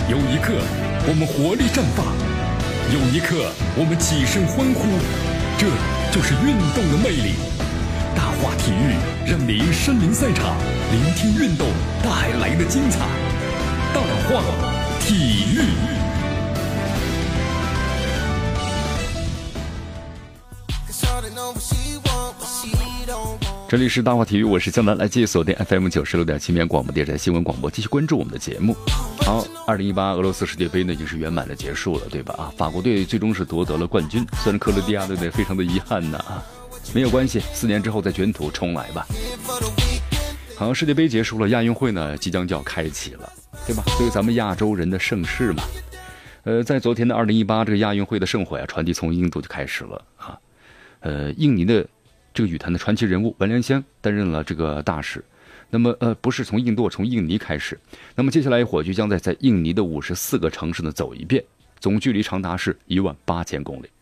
有一刻我们活力绽放，有一刻我们起身欢呼，这就是运动的魅力。大话体育让您身临赛场，聆听运动带来的精彩。大话体育。这里是大话体育，我是江南，来继续锁定 FM96.7绵广播电台新闻广播，继续关注我们的节目。好，2018俄罗斯世界杯呢已经是圆满的结束了，对吧？法国队最终是夺得了冠军，虽然克罗地亚队呢非常的遗憾呢没有关系，4年之后再卷土重来吧。好，世界杯结束了，亚运会呢即将就要开启了，对吧？所以咱们亚洲人的盛世嘛。在昨天的2018这个亚运会的盛会传递从印度就开始了印尼的这个羽坛的传奇人物文良香担任了这个大使。那么不是从印度，从印尼开始。那么接下来火炬将在印尼的54个城市呢走一遍，总距离长达是18000公里。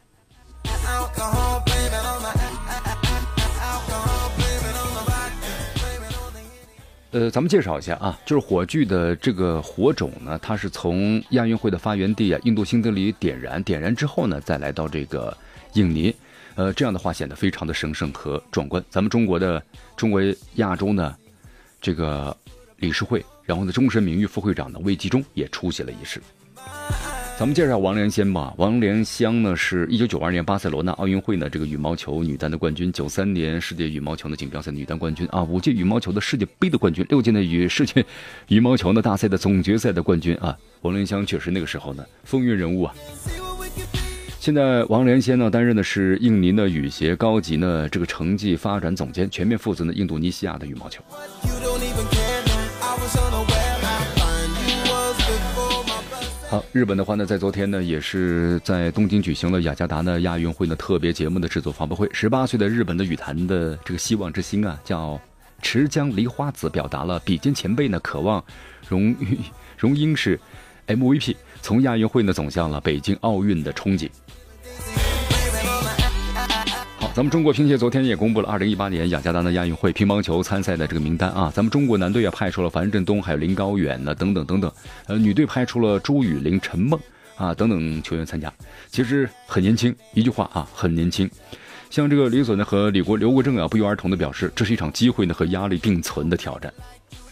咱们介绍一下就是火炬的这个火种呢，它是从亚运会的发源地印度新德里点燃之后呢，再来到这个印尼。这样的话显得非常的神圣和壮观。咱们中国亚洲呢这个理事会，然后呢终身名誉副会长呢魏纪中也出席了仪式。咱们介绍王良香吧。王良香呢是1992年巴塞罗那奥运会呢这个羽毛球女单的冠军，93年世界羽毛球的锦标赛女单冠军5届羽毛球的世界杯的冠军，6届的世界羽毛球的大赛的总决赛的冠军王良香确实那个时候呢风云人物现在王良香呢担任的是印尼的羽协高级呢这个成绩发展总监，全面负责呢印度尼西亚的羽毛球。好，日本的话呢在昨天呢也是在东京举行了雅加达呢亚运会的特别节目的制作发布会。18岁的日本的羽坛的这个希望之星叫池江梨花子，表达了比肩前辈呢渴望荣膺是 MVP， 从亚运会呢走向了北京奥运的憧憬。好，咱们中国乒协昨天也公布了2018年雅加达的亚运会乒乓球参赛的这个名单咱们中国男队派出了樊振东还有林高远呢等等等等，女队派出了朱雨玲、陈梦等等球员参加。其实很年轻，一句话很年轻。像这个李所呢和刘国正不约而同的表示，这是一场机会呢和压力并存的挑战。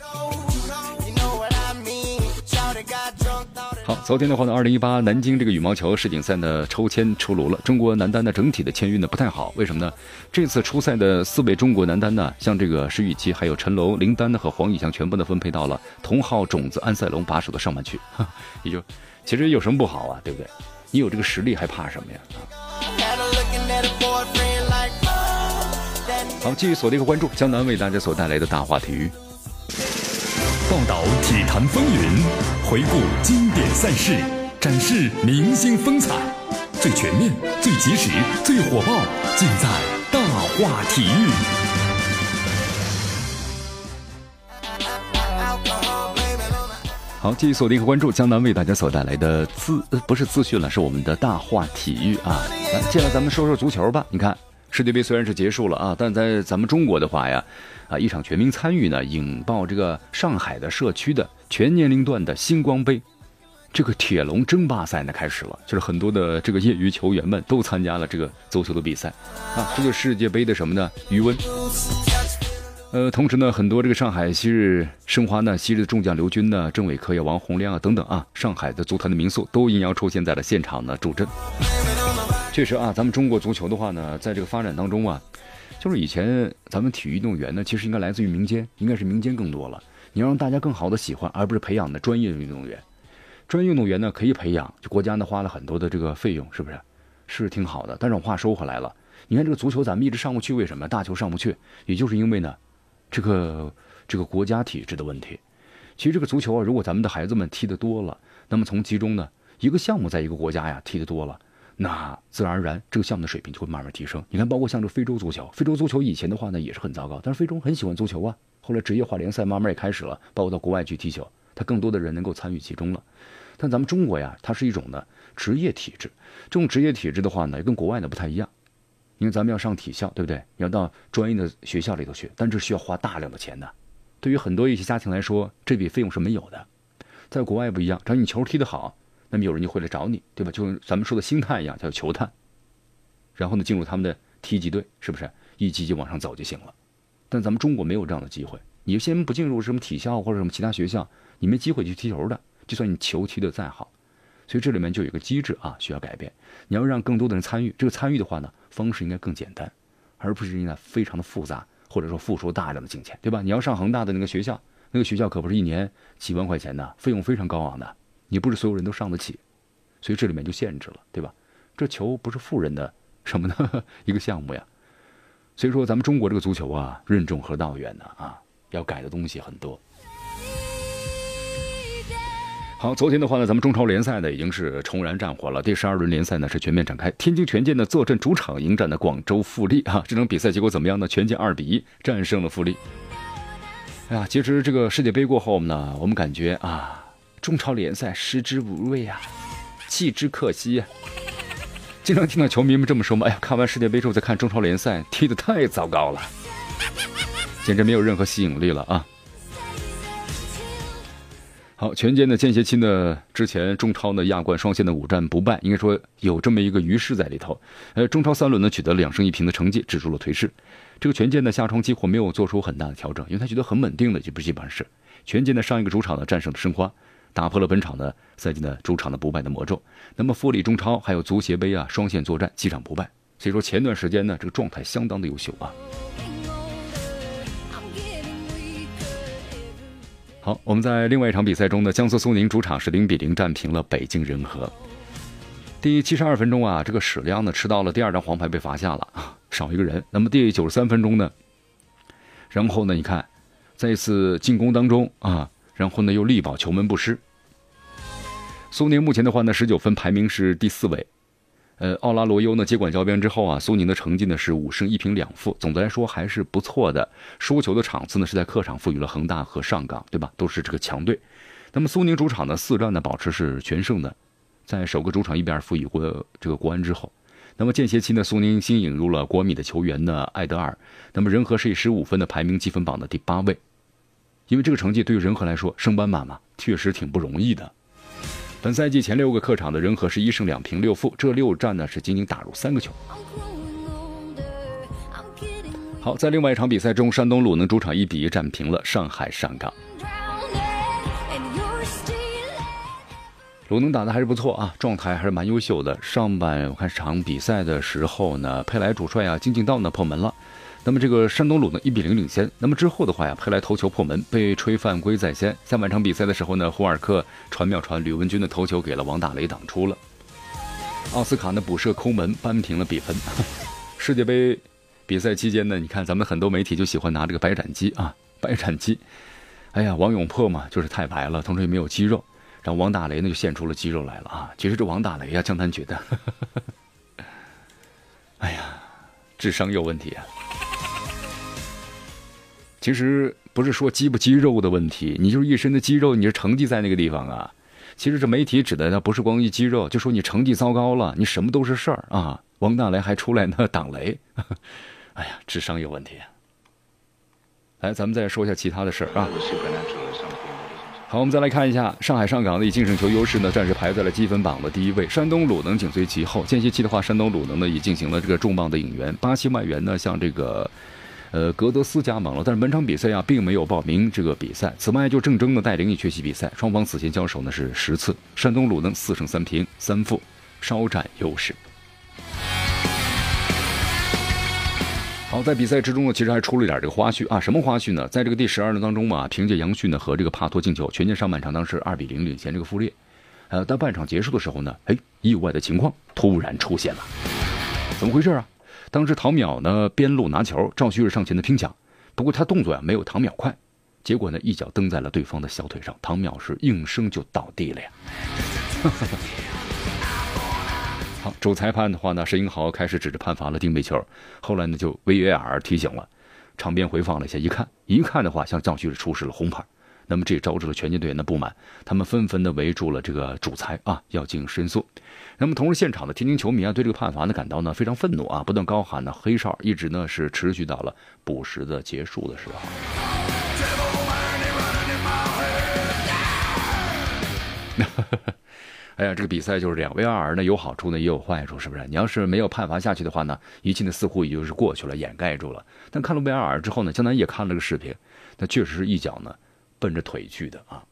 好，昨天的话呢，2018南京这个羽毛球世锦赛呢抽签出炉了。中国男单的整体的签运呢不太好，为什么呢？这次出赛的4位中国男单呢，像这个石宇奇、还有陈龙、林丹呢和黄以翔，全部呢分配到了同号种子安塞龙把守的上半区。也就其实有什么不好对不对？你有这个实力还怕什么呀？好，继续锁定一个关注江南为大家所带来的大话体育。报道体坛风云，回顾经典赛事，展示明星风采，最全面、最及时、最火爆，尽在大话体育。好，继续锁定和关注江南为大家所带来的不是资讯了，是我们的大话体育来，接下来咱们说说足球吧。你看世界杯虽然是结束了但在咱们中国的话呀一场全民参与呢，引爆这个上海的社区的全年龄段的星光杯这个铁笼争霸赛呢开始了，就是很多的这个业余球员们都参加了这个足球的比赛这个世界杯的什么呢余温。同时呢，很多这个上海昔日申花呢、昔日的众将刘军呢、郑伟科呀、王洪亮等等上海的足坛的名宿都应邀出现在了现场呢助阵。确实咱们中国足球的话呢，在这个发展当中就是以前咱们体育运动员呢，其实应该来自于民间，应该是民间更多了。你要让大家更好的喜欢，而不是培养的专业运动员。专业运动员呢可以培养，就国家呢花了很多的这个费用，是不是？是挺好的。但是我话说回来了，你看这个足球咱们一直上不去，为什么？大球上不去，也就是因为呢，这个国家体制的问题。其实这个足球如果咱们的孩子们踢得多了，那么从其中呢一个项目在一个国家踢得多了，那自然而然这个项目的水平就会慢慢提升。你看包括像这非洲足球以前的话呢也是很糟糕，但是非洲很喜欢足球后来职业化联赛慢慢也开始了，包括到国外去踢球，他更多的人能够参与其中了。但咱们中国它是一种呢职业体制，这种职业体制的话呢跟国外呢不太一样。因为咱们要上体校，对不对？要到专业的学校里头去，但这需要花大量的钱的。对于很多一些家庭来说，这笔费用是没有的。 在国外不一样，只要你球踢得好，那么有人就会来找你，对吧？就咱们说的心态一样，叫球探。然后呢，进入他们的梯级队，是不是一级级往上走就行了？但咱们中国没有这样的机会，你先不进入什么体校或者什么其他学校，你没机会去踢球的，就算你球踢得再好。所以这里面就有一个机制啊，需要改变。你要让更多的人参与，这个参与的话呢，方式应该更简单，而不是应该非常的复杂，或者说付出大量的金钱，对吧？你要上恒大的那个学校，那个学校可不是1年几万块钱的，费用非常高昂的，你不是所有人都上得起，所以这里面就限制了，对吧？这球不是富人的什么呢一个项目呀。所以说咱们中国这个足球啊，任重和道远呢啊，要改的东西很多。好，昨天的话呢，咱们中超联赛呢已经是重燃战火了。第12轮联赛呢是全面展开，天津权健呢坐镇主场迎战的广州富力啊。这场比赛结果怎么样呢？权健2-1战胜了富力。哎呀，其实这个世界杯过后呢，我们感觉啊，中超联赛食之无味啊，弃之可惜啊。经常听到球迷们这么说嘛，哎呀，看完世界杯之后再看中超联赛，踢得太糟糕了，简直没有任何吸引力了啊。好，权健的间歇期呢，之前中超呢亚冠双线的5战不败，应该说有这么一个余势在里头。中超3轮呢取得了2胜1平的成绩，止住了颓势。这个权健呢下窗几乎没有做出很大的调整，因为他觉得很稳定的，基本上是权健的上一个主场呢战胜了申花，打破了本场的赛季的主场的不败的魔咒。那么富力中超还有足协杯啊双线作战，7场不败，所以说前段时间呢这个状态相当的优秀啊。好，我们在另外一场比赛中呢，江苏苏宁主场是0-0战平了北京人和。第72分钟啊，这个史亮呢吃到了第2张黄牌被罚下了啊，少一个人。那么第93分钟呢，然后呢你看在一次进攻当中啊，然后呢又力保球门不失。苏宁目前的话呢19分，排名是第4位。奥拉罗尤呢接管教鞭之后啊，苏宁的成绩呢是5胜1平2负，总的来说还是不错的。输球的场次呢是在客场赋予了恒大和上港，对吧？都是这个强队。那么苏宁主场呢4战呢保持是全胜的，在首个主场1-2负于过这个国安之后，那么间歇期呢苏宁新引入了国米的球员呢艾德尔，那么人和是以15分的排名积分榜的第8位。因为这个成绩对于人和来说升班马嘛，确实挺不容易的。本赛季前6个客场的人和是1胜2平6负，这6战呢是仅仅打入3个球。好，在另外一场比赛中，山东鲁能主场1-1战平了上海上港。鲁能打的还是不错啊，状态还是蛮优秀的。上半场比赛的时候呢，佩莱主帅啊金敬道呢破门了。那么这个山东鲁能1-0领先，那么之后的话呀，佩莱头球破门，被吹犯规在先。下半场比赛的时候呢，胡尔克传妙传，吕文君的头球给了王大雷挡出了。奥斯卡呢补射抠门，扳平了比分。世界杯比赛期间呢，你看咱们很多媒体就喜欢拿这个白斩鸡啊，白斩鸡。哎呀，王永珀嘛就是太白了，同时也没有肌肉，然后王大雷呢就献出了肌肉来了啊。其实这王大雷啊，江南觉得，哎呀，智商有问题啊。其实不是说肌不肌肉的问题，你就是一身的肌肉，你是成绩在那个地方啊。其实这媒体指的呢不是光一肌肉，就说你成绩糟糕了，你什么都是事儿啊。王大雷还出来呢挡雷，哎呀，智商有问题啊。来，咱们再说一下其他的事儿啊。好，我们再来看一下上海上港的以净胜球优势呢，暂时排在了积分榜的第1位。山东鲁能紧随其后。间歇期的话，山东鲁能呢已进行了这个重磅的引援，巴西外援呢向这个格德斯加盟了，但是本场比赛啊并没有报名这个比赛。此外，就郑铮呢带领以缺席比赛，双方此前交手呢是10次，山东鲁能4胜3平3负，稍占优势。好，在比赛之中呢，其实还出了一点这个花絮啊。什么花絮呢？在这个第12轮当中嘛，凭借杨旭呢和这个帕托进球，权健上半场当时2-0领先这个富力。但半场结束的时候呢，意外的情况突然出现了，怎么回事啊？当时唐淼呢边路拿球，赵旭日上前的拼抢，不过他动作没有唐淼快，结果呢一脚蹬在了对方的小腿上，唐淼是应声就倒地了呀。好，主裁判的话呢，石英豪开始指着判罚了定位球，后来呢就 VAR 提醒了，场边回放了一下，一看的话，像赵旭日出示了红牌。那么这招致了权健队员的不满，他们纷纷的围住了这个主裁啊，要进行申诉。那么同时现场的天津球迷啊，对这个判罚呢感到呢非常愤怒啊，不断高喊呢黑哨，一直呢是持续到了补时的结束的时候。 哎呀，这个比赛就是这样 ，VAR 呢有好处呢也有坏处，是不是？你要是没有判罚下去的话呢，一切呢似乎也就是过去了，掩盖住了。但看了 VAR 之后呢，江南也看了个视频，那确实是一脚呢奔着腿去的啊。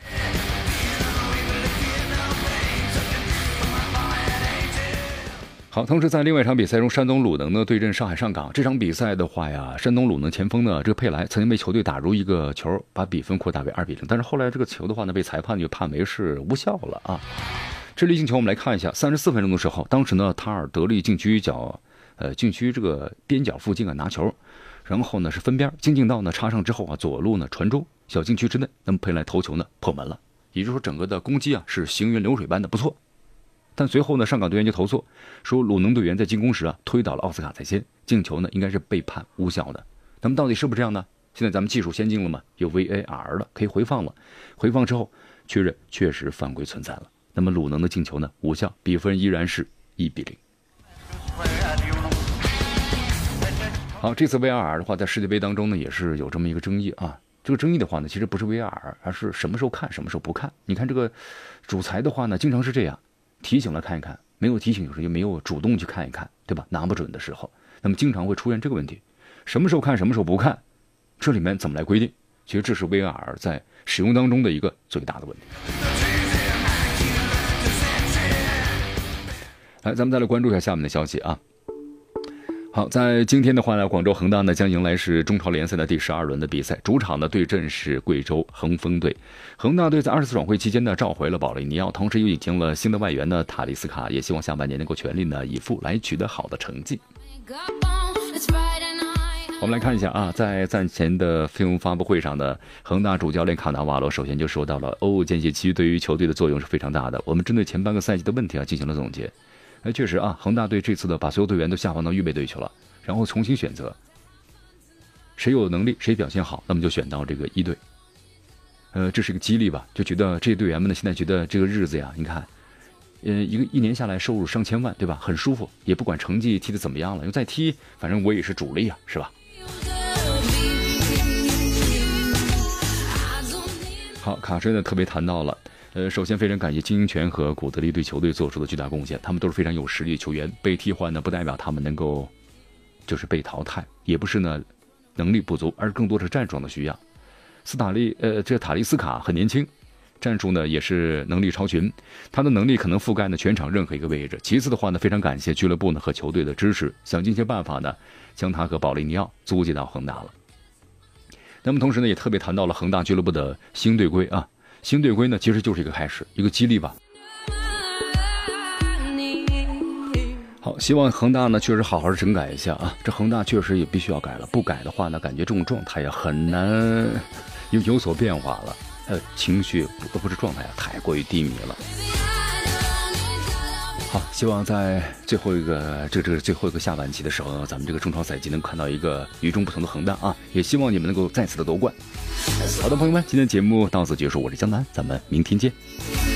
好，同时在另外一场比赛中，山东鲁能呢对阵上海上港。这场比赛的话呀，山东鲁能前锋呢这个佩莱曾经被球队打入一个球，把比分扩大为2-0，但是后来这个球的话呢被裁判就判为是无效了啊。这粒进球我们来看一下，34分钟的时候，当时呢塔尔德利禁区这个边角附近啊拿球，然后呢是分边金敬道呢插上之后啊，左路呢传中小禁区之内，那么佩莱头球呢破门了，也就是说整个的攻击啊是行云流水般的不错。但随后呢，上港队员就投诉说，鲁能队员在进攻时啊推倒了奥斯卡在先，进球呢应该是被判无效的。那么到底是不是这样呢？现在咱们技术先进了嘛，有 VAR 了，可以回放了。回放之后确认确实犯规存在了。那么鲁能的进球呢无效，比分依然是1-0。好，这次 VAR 的话，在世界杯当中呢也是有这么一个争议啊。这个争议的话呢，其实不是 VAR， 而是什么时候看，什么时候不看。你看这个主裁的话呢，经常是这样。提醒了看一看，没有提醒就是没有主动去看一看，对吧？拿不准的时候，那么经常会出现这个问题，什么时候看，什么时候不看，这里面怎么来规定？其实这是 VAR 在使用当中的一个最大的问题。来，咱们再来关注一下下面的消息啊。好，在今天的话呢，广州恒大呢将迎来是中超联赛的第12轮的比赛，主场呢对阵是贵州恒丰队。恒大队在24转会期间呢召回了保利尼奥，同时又引进了新的外援呢塔利斯卡，也希望下半年能够全力呢以赴来取得好的成绩。我们来看一下啊，在战前的新闻发布会上呢，恒大主教练卡纳瓦罗首先就说到了欧间歇期对于球队的作用是非常大的，我们针对前半个赛季的问题啊进行了总结。确实啊，恒大队这次的把所有队员都下放到预备队去了，然后重新选择谁有能力谁表现好，那么就选到这个一队。这是一个激励吧，就觉得这些队员们呢现在觉得这个日子呀，你看一年下来收入上千万，对吧？很舒服，也不管成绩踢得怎么样了，又再踢，反正我也是主力啊，是吧？好，卡帅呢特别谈到了首先非常感谢金英权和古德利对球队做出的巨大贡献，他们都是非常有实力的球员，被替换呢不代表他们能够就是被淘汰，也不是呢能力不足，而更多是战术上的需要。这塔利斯卡很年轻，战术呢也是能力超群，他的能力可能覆盖呢全场任何一个位置。其次的话呢，非常感谢俱乐部呢和球队的支持，想尽一些办法呢将他和保利尼奥租借到恒大了。那么同时呢也特别谈到了恒大俱乐部的新队规啊。新队规呢，其实就是一个开始，一个激励吧。好，希望恒大呢确实好好的整改一下啊。这恒大确实也必须要改了，不改的话呢，感觉这种状态也很难有所变化了。情绪不是状态啊，太过于低迷了。好，希望在最后一个最后一个下半期的时候，咱们这个中超赛季能看到一个与众不同的恒大啊！也希望你们能够再次的夺冠。好的，朋友们，今天节目到此结束，我是江南，咱们明天见。